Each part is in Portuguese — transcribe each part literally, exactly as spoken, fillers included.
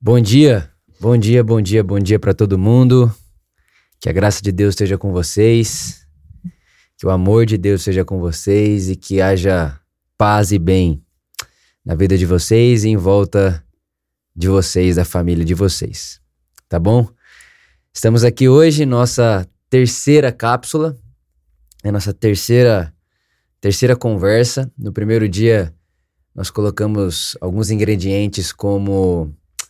Bom dia, bom dia, bom dia, bom dia para todo mundo. Que a graça de Deus esteja com vocês, que o amor de Deus seja com vocês e que haja paz e bem na vida de vocês e em volta de vocês, da família de vocês, tá bom? Estamos aqui hoje, nossa terceira cápsula, é nossa terceira, terceira conversa. No primeiro dia nós colocamos alguns ingredientes como...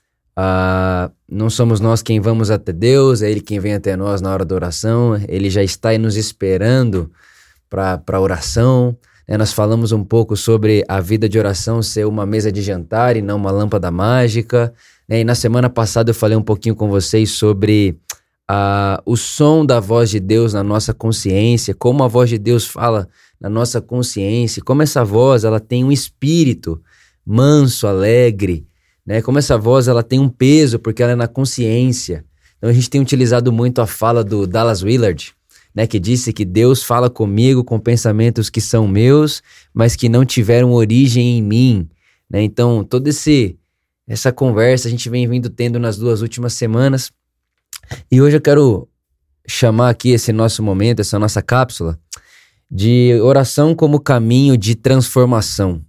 Uh, não somos nós quem vamos até Deus, é Ele quem vem até nós na hora da oração. Ele já está aí nos esperando para a oração, né? Nós falamos um pouco sobre a vida de oração ser uma mesa de jantar e não uma lâmpada mágica, né? E na semana passada eu falei um pouquinho com vocês sobre uh, o som da voz de Deus na nossa consciência, como a voz de Deus fala na nossa consciência, como essa voz ela tem um espírito manso, alegre, né? Como essa voz ela tem um peso porque ela é na consciência. Então a gente tem utilizado muito a fala do Dallas Willard, né? Que disse que Deus fala comigo com pensamentos que são meus, mas que não tiveram origem em mim, né? Então toda esse, essa conversa a gente vem vindo tendo nas duas últimas semanas. E hoje eu quero chamar aqui esse nosso momento, essa nossa cápsula, de oração como caminho de transformação.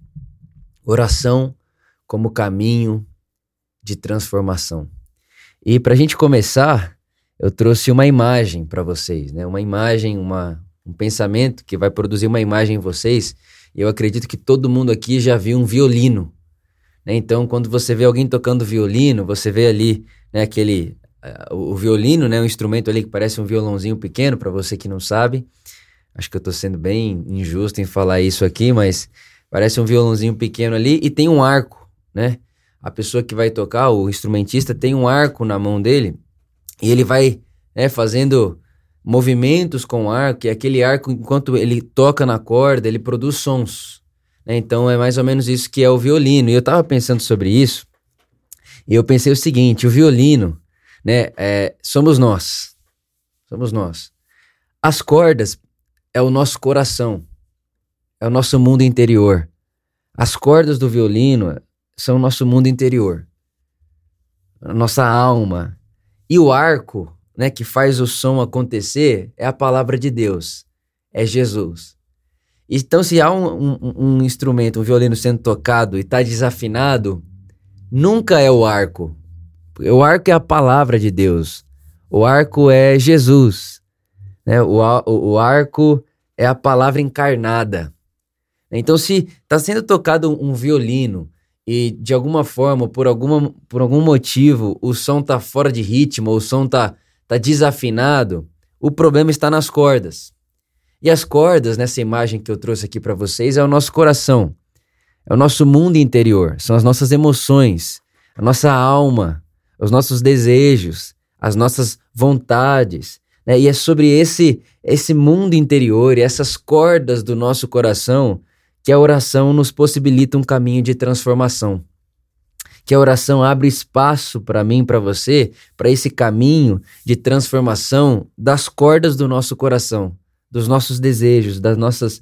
Oração como caminho de transformação. E para a gente começar, eu trouxe uma imagem para vocês, né? Uma imagem, uma, um pensamento que vai produzir uma imagem em vocês. E eu acredito que todo mundo aqui já viu um violino, né? Então, quando você vê alguém tocando violino, você vê ali, né, aquele, uh, o violino, né, um instrumento ali que parece um violãozinho pequeno, para você que não sabe. Acho que eu estou sendo bem injusto em falar isso aqui, mas parece um violãozinho pequeno ali e tem um arco, né? A pessoa que vai tocar, o instrumentista, tem um arco na mão dele e ele vai, né, fazendo movimentos com o arco, e aquele arco, enquanto ele toca na corda, ele produz sons, né? Então é mais ou menos isso que é o violino. E eu estava pensando sobre isso e eu pensei o seguinte: o violino, né, é, somos nós, somos nós. As cordas é o nosso coração, é o nosso mundo interior. As cordas do violino são o nosso mundo interior, a nossa alma. E o arco, né, que faz o som acontecer é a palavra de Deus, é Jesus. Então, se há um, um, um instrumento, um violino sendo tocado e está desafinado, nunca é o arco. O arco é a palavra de Deus. O arco é Jesus, né? O, o, o arco é a palavra encarnada. Então, se está sendo tocado um, um violino e de alguma forma, por, alguma, por algum motivo, o som está fora de ritmo, ou o som está tá desafinado, o problema está nas cordas. E as cordas, nessa imagem que eu trouxe aqui para vocês, é o nosso coração, é o nosso mundo interior, são as nossas emoções, a nossa alma, os nossos desejos, as nossas vontades, né? E é sobre esse, esse mundo interior e essas cordas do nosso coração que a oração nos possibilita um caminho de transformação. Que a oração abre espaço para mim e para você, para esse caminho de transformação das cordas do nosso coração, dos nossos desejos, das nossas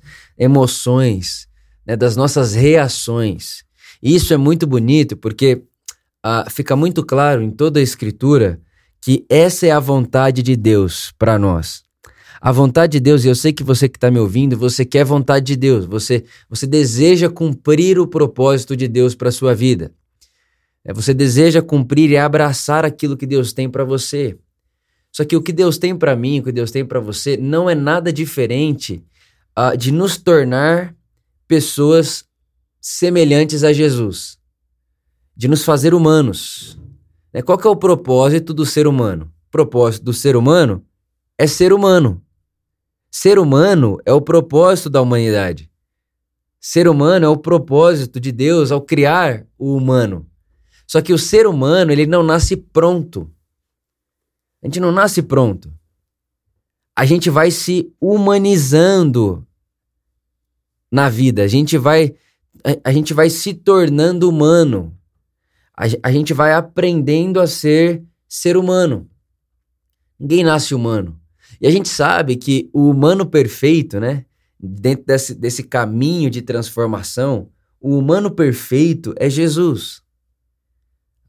emoções, né, das nossas reações. E isso é muito bonito porque uh, fica muito claro em toda a Escritura que essa é a vontade de Deus para nós. A vontade de Deus, e eu sei que você que está me ouvindo, você quer a vontade de Deus, você, você deseja cumprir o propósito de Deus para a sua vida. Você deseja cumprir e abraçar aquilo que Deus tem para você. Só que o que Deus tem para mim, o que Deus tem para você, não é nada diferente uh, de nos tornar pessoas semelhantes a Jesus, de nos fazer humanos. Qual que é o propósito do ser humano? O propósito do ser humano é ser humano. Ser humano é o propósito da humanidade. Ser humano é o propósito de Deus ao criar o humano. Só que o ser humano, ele não nasce pronto. A gente não nasce pronto. A gente vai se humanizando na vida. A gente vai, a, a gente vai se tornando humano. A, a gente vai aprendendo a ser ser humano. Ninguém nasce humano. E a gente sabe que o humano perfeito, né, dentro desse, desse caminho de transformação, o humano perfeito é Jesus.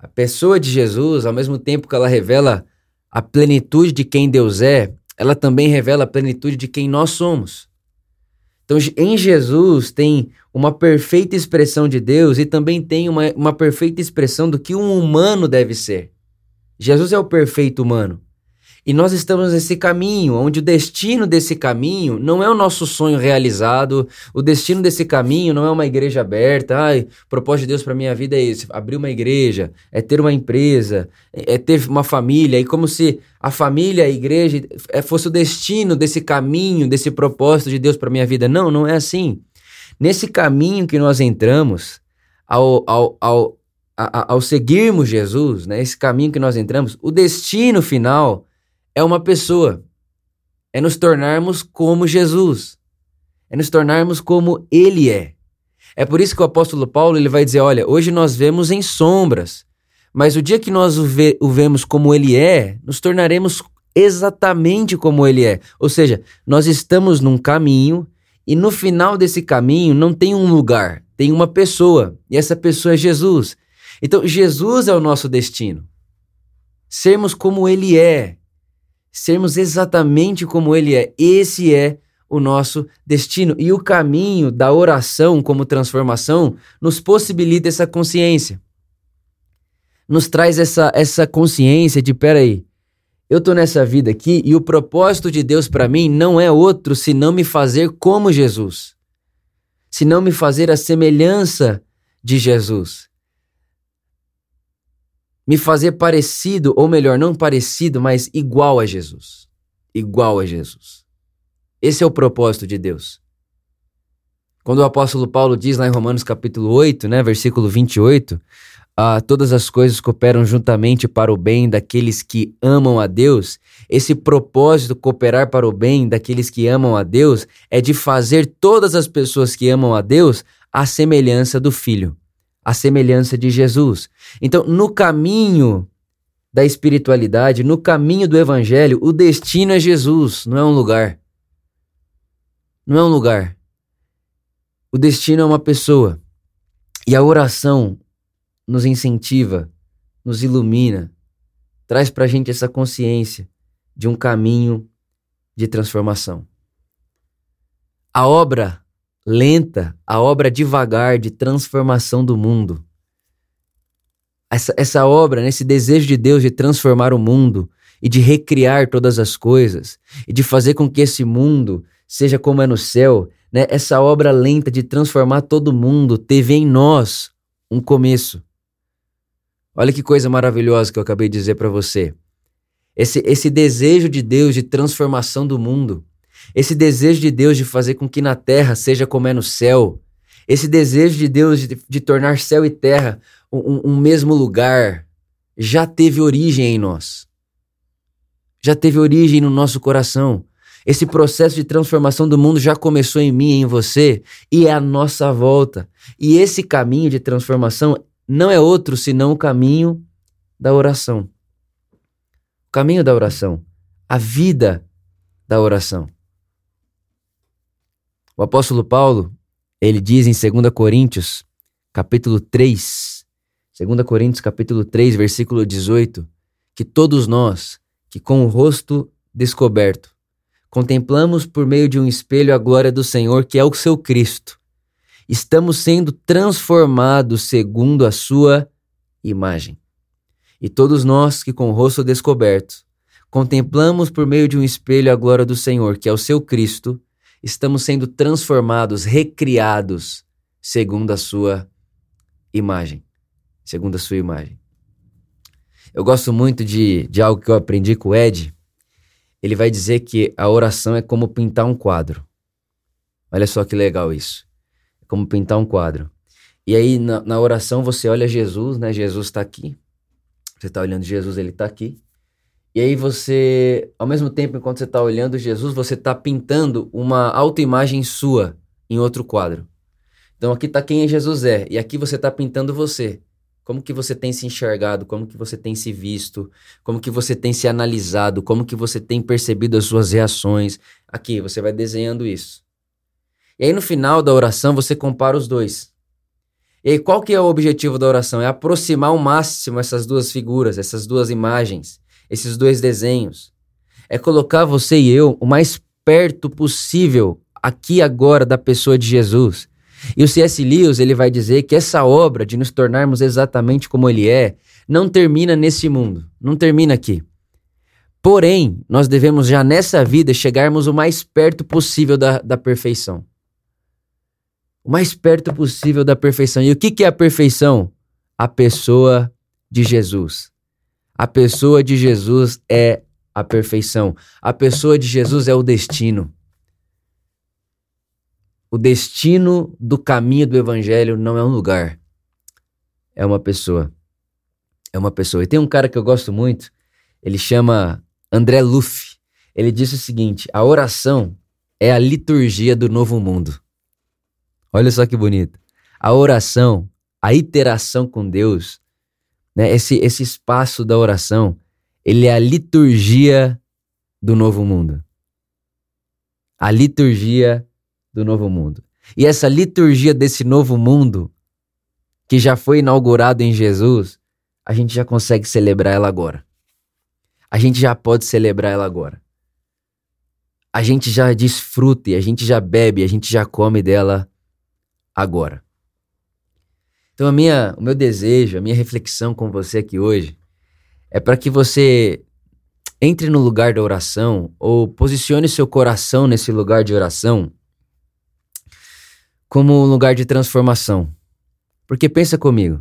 A pessoa de Jesus, ao mesmo tempo que ela revela a plenitude de quem Deus é, ela também revela a plenitude de quem nós somos. Então, em Jesus tem uma perfeita expressão de Deus e também tem uma, uma perfeita expressão do que um humano deve ser. Jesus é o perfeito humano. E nós estamos nesse caminho, onde o destino desse caminho não é o nosso sonho realizado, o destino desse caminho não é uma igreja aberta. Ai, o propósito de Deus para minha vida é esse, abrir uma igreja, é ter uma empresa, é ter uma família, e como se a família, a igreja, fosse o destino desse caminho, desse propósito de Deus para minha vida. Não, não é assim. Nesse caminho que nós entramos, ao, ao, ao, ao, ao seguirmos Jesus, né, esse caminho que nós entramos, o destino final é uma pessoa, é nos tornarmos como Jesus, é nos tornarmos como Ele é. É por isso que o apóstolo Paulo ele vai dizer, olha, hoje nós vemos em sombras, mas o dia que nós o, ve- o vemos como Ele é, nos tornaremos exatamente como Ele é. Ou seja, nós estamos num caminho e no final desse caminho não tem um lugar, tem uma pessoa, e essa pessoa é Jesus. Então Jesus é o nosso destino, sermos como Ele é. Sermos exatamente como Ele é. Esse é o nosso destino. E o caminho da oração como transformação nos possibilita essa consciência. Nos traz essa, essa consciência de, peraí, eu tô nessa vida aqui e o propósito de Deus para mim não é outro senão me fazer como Jesus. Senão me fazer a semelhança de Jesus. Me fazer parecido, ou melhor, não parecido, mas igual a Jesus. Igual a Jesus. Esse é o propósito de Deus. Quando o apóstolo Paulo diz lá em Romanos capítulo oito, né, versículo vinte e oito, ah, todas as coisas cooperam juntamente para o bem daqueles que amam a Deus, esse propósito cooperar para o bem daqueles que amam a Deus é de fazer todas as pessoas que amam a Deus à semelhança do Filho. A semelhança de Jesus. Então, no caminho da espiritualidade, no caminho do evangelho, o destino é Jesus, não é um lugar. Não é um lugar. O destino é uma pessoa. E a oração nos incentiva, nos ilumina, traz pra gente essa consciência de um caminho de transformação. A obra lenta, a obra devagar de transformação do mundo. Essa, essa obra, né, esse desejo de Deus de transformar o mundo e de recriar todas as coisas e de fazer com que esse mundo seja como é no céu, né, essa obra lenta de transformar todo mundo teve em nós um começo. Olha que coisa maravilhosa que eu acabei de dizer para você. Esse, esse desejo de Deus de transformação do mundo, esse desejo de Deus de fazer com que na terra seja como é no céu, esse desejo de Deus de, de tornar céu e terra um, um mesmo lugar, já teve origem em nós. Já teve origem no nosso coração. Esse processo de transformação do mundo já começou em mim e em você e é a nossa volta. E esse caminho de transformação não é outro senão o caminho da oração. O caminho da oração. A vida da oração. O apóstolo Paulo, ele diz em dois Coríntios, capítulo três, dois Coríntios, capítulo três, versículo dezoito, que todos nós, que com o rosto descoberto, contemplamos por meio de um espelho a glória do Senhor, que é o seu Cristo, estamos sendo transformados segundo a sua imagem. E todos nós, que com o rosto descoberto, contemplamos por meio de um espelho a glória do Senhor, que é o seu Cristo, estamos sendo transformados, recriados, segundo a sua imagem. Segundo a sua imagem. Eu gosto muito de, de algo que eu aprendi com o Ed. Ele vai dizer que a oração é como pintar um quadro. Olha só que legal isso. É como pintar um quadro. E aí, na, na oração, você olha Jesus, né? Jesus está aqui. Você está olhando Jesus, ele está aqui. E aí você, ao mesmo tempo, enquanto você está olhando Jesus, você está pintando uma autoimagem sua em outro quadro. Então aqui está quem Jesus é, e aqui você está pintando você. Como que você tem se enxergado, como que você tem se visto, como que você tem se analisado, como que você tem percebido as suas reações. Aqui, você vai desenhando isso. E aí no final da oração você compara os dois. E aí, qual que é o objetivo da oração? É aproximar ao máximo essas duas figuras, essas duas imagens, esses dois desenhos. É colocar você e eu o mais perto possível, aqui agora, da pessoa de Jesus. E o C S Lewis, ele vai dizer que essa obra de nos tornarmos exatamente como ele é, não termina nesse mundo, não termina aqui. Porém, nós devemos já nessa vida chegarmos o mais perto possível da, da perfeição. O mais perto possível da perfeição. E o que, que é a perfeição? A pessoa de Jesus. A pessoa de Jesus é a perfeição. A pessoa de Jesus é o destino. O destino do caminho do evangelho não é um lugar. É uma pessoa. É uma pessoa. E tem um cara que eu gosto muito, ele chama André Luff. Ele disse o seguinte: a oração é a liturgia do novo mundo. Olha só que bonito. A oração, a interação com Deus, né, esse, esse espaço da oração, ele é a liturgia do novo mundo. A liturgia do novo mundo. E essa liturgia desse novo mundo, que já foi inaugurado em Jesus, a gente já consegue celebrar ela agora. A gente já pode celebrar ela agora. A gente já desfruta, a gente já bebe, a gente já come dela agora. Então a minha, o meu desejo, a minha reflexão com você aqui hoje é para que você entre no lugar da oração ou posicione seu coração nesse lugar de oração como um lugar de transformação. Porque pensa comigo,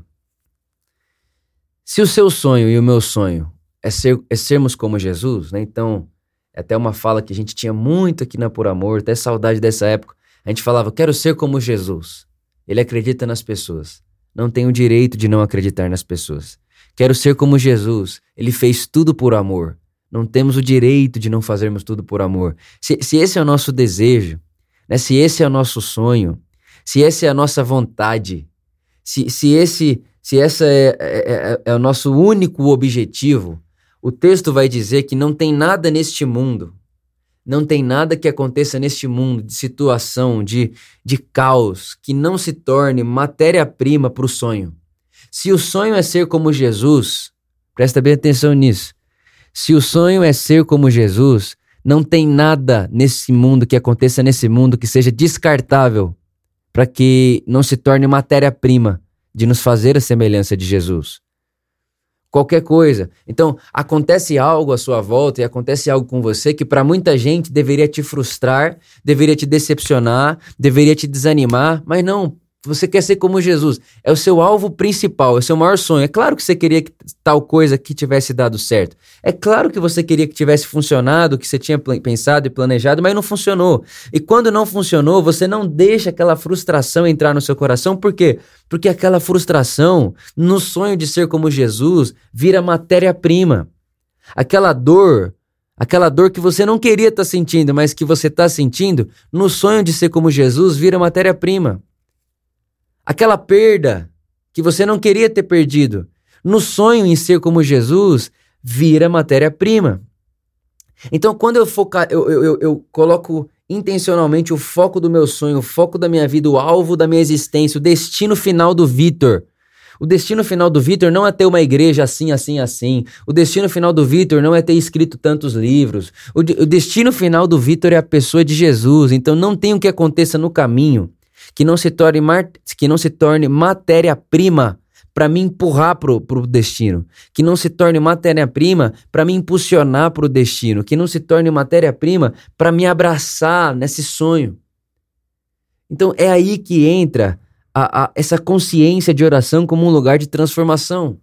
se o seu sonho e o meu sonho é, ser, é sermos como Jesus, né? Então é até uma fala que a gente tinha muito aqui na Por Amor, até saudade dessa época. A gente falava, quero ser como Jesus. Ele acredita nas pessoas. Não tem o direito de não acreditar nas pessoas. Quero ser como Jesus. Ele fez tudo por amor. Não temos o direito de não fazermos tudo por amor. Se, se esse é o nosso desejo, né? Se esse é o nosso sonho, se essa é a nossa vontade, se, se esse se essa é, é, é, é o nosso único objetivo, o texto vai dizer que não tem nada neste mundo, não tem nada que aconteça neste mundo de situação, de, de caos, que não se torne matéria-prima para o sonho. Se o sonho é ser como Jesus, presta bem atenção nisso, se o sonho é ser como Jesus, não tem nada nesse mundo que aconteça nesse mundo que seja descartável para que não se torne matéria-prima de nos fazer a semelhança de Jesus. Qualquer coisa. Então, acontece algo à sua volta e acontece algo com você que para muita gente deveria te frustrar, deveria te decepcionar, deveria te desanimar, mas não, você quer ser como Jesus. É o seu alvo principal, é o seu maior sonho. É claro que você queria que tal coisa que tivesse dado certo. É claro que você queria que tivesse funcionado, que você tinha pensado e planejado, mas não funcionou. E quando não funcionou, você não deixa aquela frustração entrar no seu coração. Por quê? Porque aquela frustração, no sonho de ser como Jesus, vira matéria-prima. Aquela dor, aquela dor que você não queria estar sentindo, mas que você está sentindo, no sonho de ser como Jesus, vira matéria-prima. Aquela perda que você não queria ter perdido, no sonho em ser como Jesus, vira matéria-prima. Então, quando eu, foca, eu, eu, eu, eu coloco intencionalmente o foco do meu sonho, o foco da minha vida, o alvo da minha existência, o destino final do Vitor. O destino final do Vitor não é ter uma igreja assim, assim, assim. O destino final do Vitor não é ter escrito tantos livros. O, de, o destino final do Vitor é a pessoa de Jesus. Então, não tem o que aconteça no caminho que não se torne, que não se torne matéria-prima para me empurrar pro, pro destino, que não se torne matéria-prima para me impulsionar pro destino, que não se torne matéria-prima para me abraçar nesse sonho. Então é aí que entra a, a, essa consciência de oração como um lugar de transformação.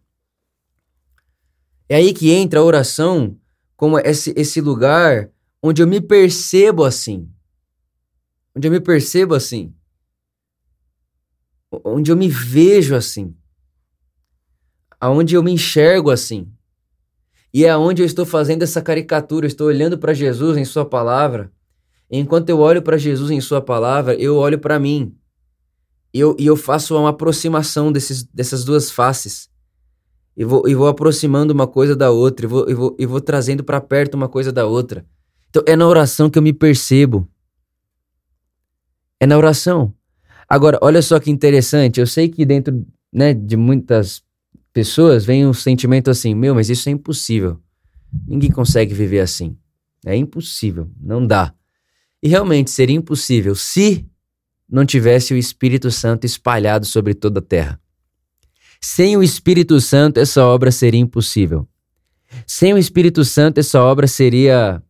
É aí que entra a oração como esse, esse lugar onde eu me percebo assim, onde eu me percebo assim, onde eu me vejo assim, aonde eu me enxergo assim, e é onde eu estou fazendo essa caricatura, eu estou olhando para Jesus em sua palavra, e enquanto eu olho para Jesus em sua palavra, eu olho para mim, e eu, e eu faço uma aproximação desses, dessas duas faces, e vou, e vou aproximando uma coisa da outra, e vou, e vou, e vou trazendo para perto uma coisa da outra. Então é na oração que eu me percebo, é na oração. Agora, olha só que interessante, eu sei que dentro, né, de muitas pessoas vem um sentimento assim, meu, mas isso é impossível. Ninguém consegue viver assim. É impossível, não dá. E realmente seria impossível se não tivesse o Espírito Santo espalhado sobre toda a terra. Sem o Espírito Santo, essa obra seria impossível. Sem o Espírito Santo, essa obra seria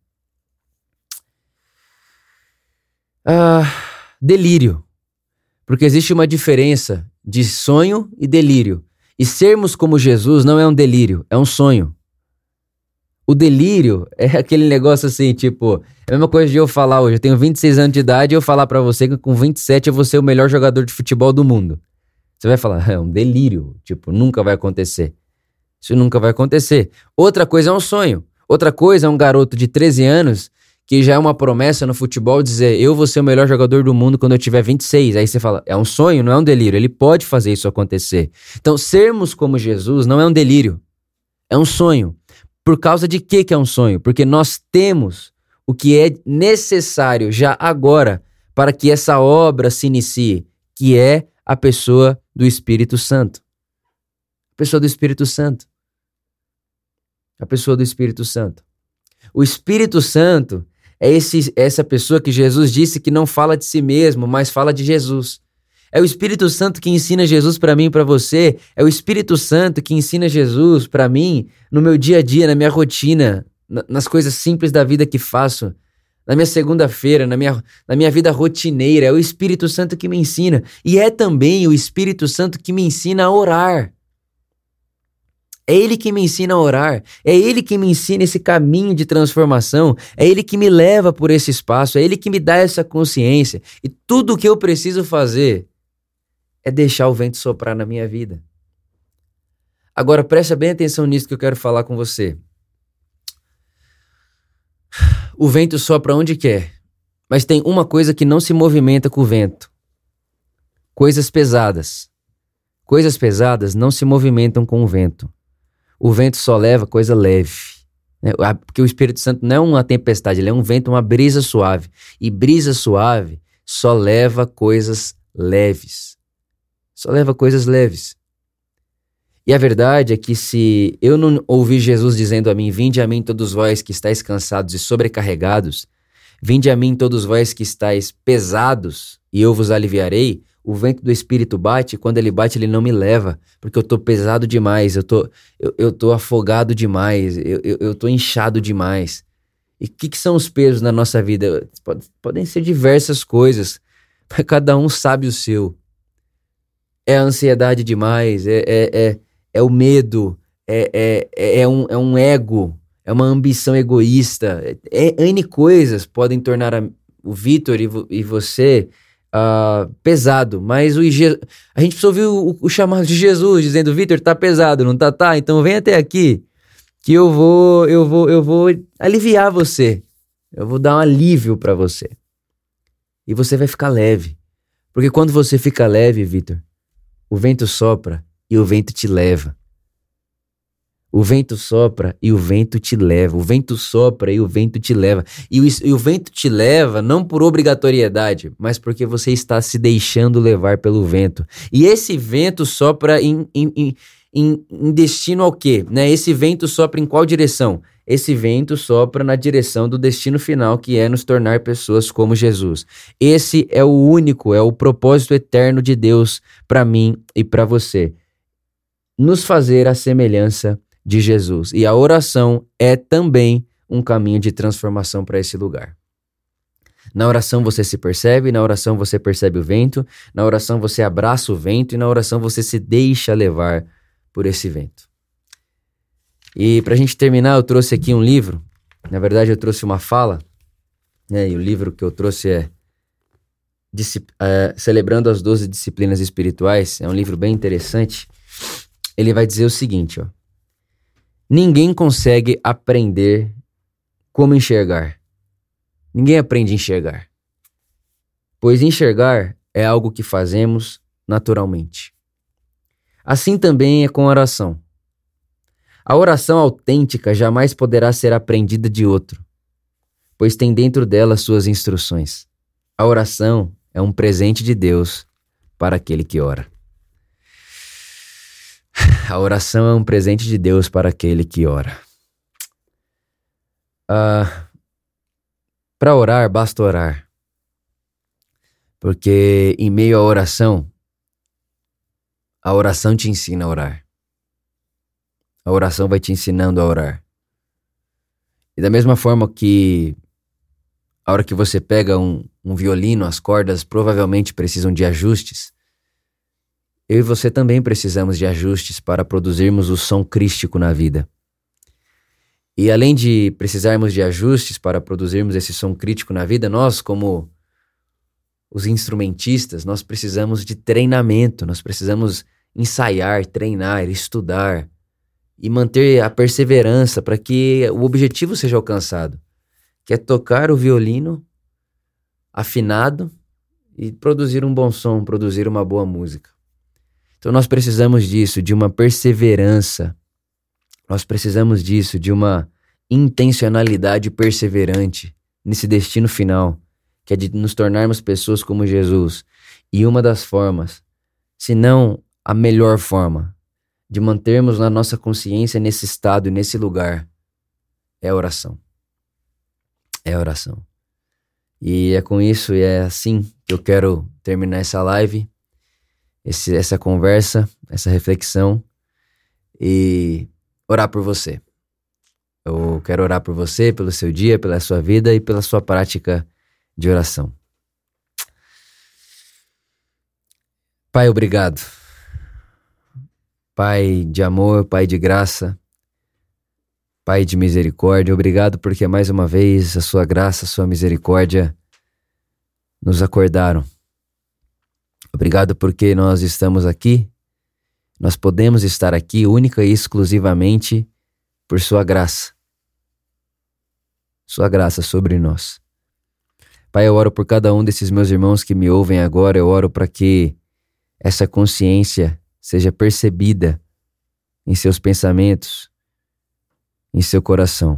ah, delírio. Porque existe uma diferença de sonho e delírio. E sermos como Jesus não é um delírio, é um sonho. O delírio é aquele negócio assim, tipo, é a mesma coisa de eu falar hoje, eu tenho vinte e seis anos de idade e eu falar pra você que com vinte e sete eu vou ser o melhor jogador de futebol do mundo. Você vai falar, é um delírio, tipo, nunca vai acontecer. Isso nunca vai acontecer. Outra coisa é um sonho. Outra coisa é um garoto de treze anos que já é uma promessa no futebol dizer, eu vou ser o melhor jogador do mundo quando eu tiver vinte e seis. Aí você fala, é um sonho, não é um delírio. Ele pode fazer isso acontecer. Então, sermos como Jesus não é um delírio, é um sonho. Por causa de que que é um sonho? Porque nós temos o que é necessário já agora para que essa obra se inicie, que é a pessoa do Espírito Santo. A pessoa do Espírito Santo. A pessoa do Espírito Santo. O Espírito Santo é esse, essa pessoa que Jesus disse que não fala de si mesmo, mas fala de Jesus. É o Espírito Santo que ensina Jesus para mim e para você. É o Espírito Santo que ensina Jesus para mim no meu dia a dia, na minha rotina, na, nas coisas simples da vida que faço, na minha segunda-feira, na minha, na minha vida rotineira. É o Espírito Santo que me ensina. E é também o Espírito Santo que me ensina a orar. É Ele que me ensina a orar, é Ele que me ensina esse caminho de transformação, é Ele que me leva por esse espaço, é Ele que me dá essa consciência. E tudo o que eu preciso fazer é deixar o vento soprar na minha vida. Agora, presta bem atenção nisso que eu quero falar com você. O vento sopra onde quer, mas tem uma coisa que não se movimenta com o vento. Coisas pesadas. Coisas pesadas não se movimentam com o vento. O vento só leva coisa leve, né? Porque o Espírito Santo não é uma tempestade, ele é um vento, uma brisa suave. E brisa suave só leva coisas leves. Só leva coisas leves. E a verdade é que se eu não ouvir Jesus dizendo a mim, vinde a mim todos vós que estáis cansados e sobrecarregados, vinde a mim todos vós que estáis pesados e eu vos aliviarei, o vento do Espírito bate, e quando ele bate ele não me leva, porque eu tô pesado demais, eu tô, eu, eu tô afogado demais, eu, eu, eu tô inchado demais. E o que, que são os pesos na nossa vida? Pode, podem ser diversas coisas, mas cada um sabe o seu. É a ansiedade demais, é, é, é, é o medo, é, é, é, um, é um ego, é uma ambição egoísta, é, é N coisas podem tornar a, o Vitor e, vo, e você... Uh, pesado, mas o, a gente precisa ouvir o, o chamado de Jesus dizendo, Vitor, tá pesado, não tá? Tá, então vem até aqui que eu vou, eu vou, eu vou aliviar você, eu vou dar um alívio pra você e você vai ficar leve, porque quando você fica leve, Vitor, o vento sopra e o vento te leva. O vento sopra e o vento te leva. O vento sopra e o vento te leva. E o, e o vento te leva não por obrigatoriedade, mas porque você está se deixando levar pelo vento. E esse vento sopra em, em, em, em destino ao quê? Né? Esse vento sopra em qual direção? Esse vento sopra na direção do destino final, que é nos tornar pessoas como Jesus. Esse é o único, é o propósito eterno de Deus para mim e para você. Nos fazer a semelhança de Jesus. E a oração é também um caminho de transformação para esse lugar. Na oração você se percebe, na oração você percebe o vento, na oração você abraça o vento e na oração você se deixa levar por esse vento. E para a gente terminar, eu trouxe aqui um livro. Na verdade, eu trouxe uma fala, né? E o livro que eu trouxe é, é Celebrando as doze Disciplinas Espirituais. É um livro bem interessante. Ele vai dizer o seguinte, ó. Ninguém consegue aprender como enxergar. Ninguém aprende a enxergar. Pois enxergar é algo que fazemos naturalmente. Assim também é com a oração. A oração autêntica jamais poderá ser aprendida de outro, pois tem dentro dela suas instruções. A oração é um presente de Deus para aquele que ora. A oração é um presente de Deus para aquele que ora. Ah, para orar, basta orar. Porque em meio à oração, a oração te ensina a orar. A oração vai te ensinando a orar. E da mesma forma que a hora que você pega um, um violino, as cordas provavelmente precisam de ajustes. Eu e você também precisamos de ajustes para produzirmos o som crístico na vida. E além de precisarmos de ajustes para produzirmos esse som crítico na vida, nós, como os instrumentistas, nós precisamos de treinamento, nós precisamos ensaiar, treinar, estudar e manter a perseverança para que o objetivo seja alcançado, que é tocar o violino afinado e produzir um bom som, produzir uma boa música. Então nós precisamos disso, de uma perseverança, nós precisamos disso, de uma intencionalidade perseverante nesse destino final, que é de nos tornarmos pessoas como Jesus. E uma das formas, se não a melhor forma, de mantermos na nossa consciência nesse estado e nesse lugar, é a oração. É a oração. E é com isso e é assim que eu quero terminar essa live, esse, essa conversa, essa reflexão e orar por você. Eu quero orar por você, pelo seu dia, pela sua vida e pela sua prática de oração. Pai, obrigado. Pai de amor, Pai de graça, Pai de misericórdia, obrigado porque mais uma vez a sua graça, a sua misericórdia nos acordaram. Obrigado porque nós estamos aqui, nós podemos estar aqui única e exclusivamente por sua graça. Sua graça sobre nós. Pai, eu oro por cada um desses meus irmãos que me ouvem agora, eu oro para que essa consciência seja percebida em seus pensamentos, em seu coração,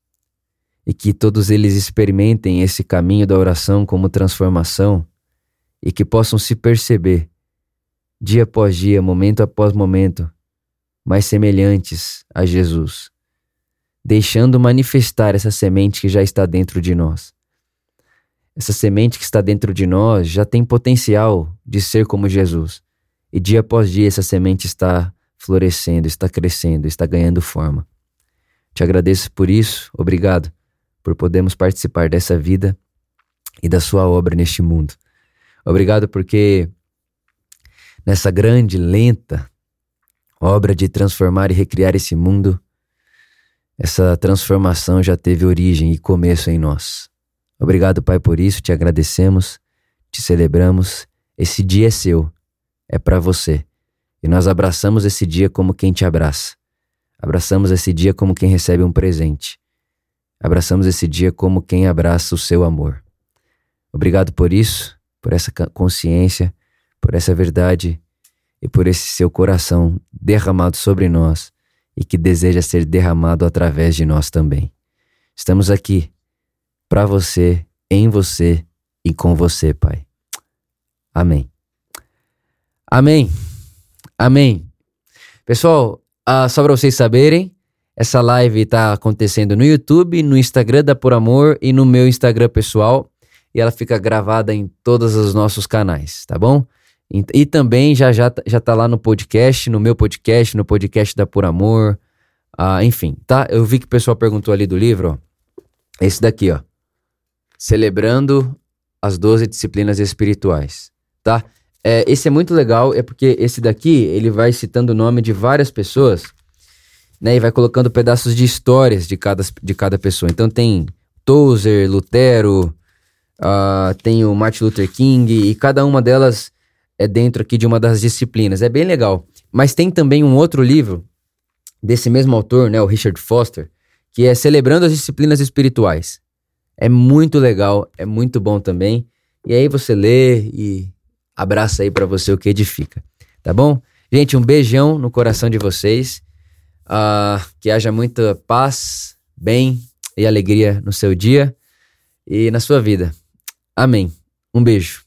e que todos eles experimentem esse caminho da oração como transformação e que possam se perceber, dia após dia, momento após momento, mais semelhantes a Jesus, deixando manifestar essa semente que já está dentro de nós. Essa semente que está dentro de nós já tem potencial de ser como Jesus. E dia após dia essa semente está florescendo, está crescendo, está ganhando forma. Te agradeço por isso, obrigado por podermos participar dessa vida e da sua obra neste mundo. Obrigado porque nessa grande, lenta obra de transformar e recriar esse mundo, essa transformação já teve origem e começo em nós. Obrigado, Pai, por isso, te agradecemos, te celebramos. Esse dia é seu, é para você. E nós abraçamos esse dia como quem te abraça. Abraçamos esse dia como quem recebe um presente. Abraçamos esse dia como quem abraça o seu amor. Obrigado por isso, por essa consciência, por essa verdade e por esse seu coração derramado sobre nós e que deseja ser derramado através de nós também. Estamos aqui para você, em você e com você, Pai. Amém. Amém. Amém. Pessoal, ah, só para vocês saberem, essa live está acontecendo no YouTube, no Instagram da Por Amor e no meu Instagram pessoal. E ela fica gravada em todos os nossos canais, tá bom? E, e também já, já, já tá lá no podcast, no meu podcast, no podcast da Por Amor. Ah, enfim, tá? Eu vi que o pessoal perguntou ali do livro, ó. Esse daqui, ó. Celebrando as doze disciplinas espirituais, tá? É, esse é muito legal, é porque esse daqui, ele vai citando o nome de várias pessoas, né? E vai colocando pedaços de histórias de cada, de cada pessoa. Então tem Tozer, Lutero, uh, tem o Martin Luther King, e cada uma delas é dentro aqui de uma das disciplinas. É bem legal. Mas tem também um outro livro desse mesmo autor, né? O Richard Foster, que é Celebrando as Disciplinas Espirituais. É muito legal, é muito bom também. E aí você lê e abraça aí pra você o que edifica, tá bom? Gente, um beijão no coração de vocês. Uh, que haja muita paz, bem e alegria no seu dia e na sua vida. Amém. Um beijo.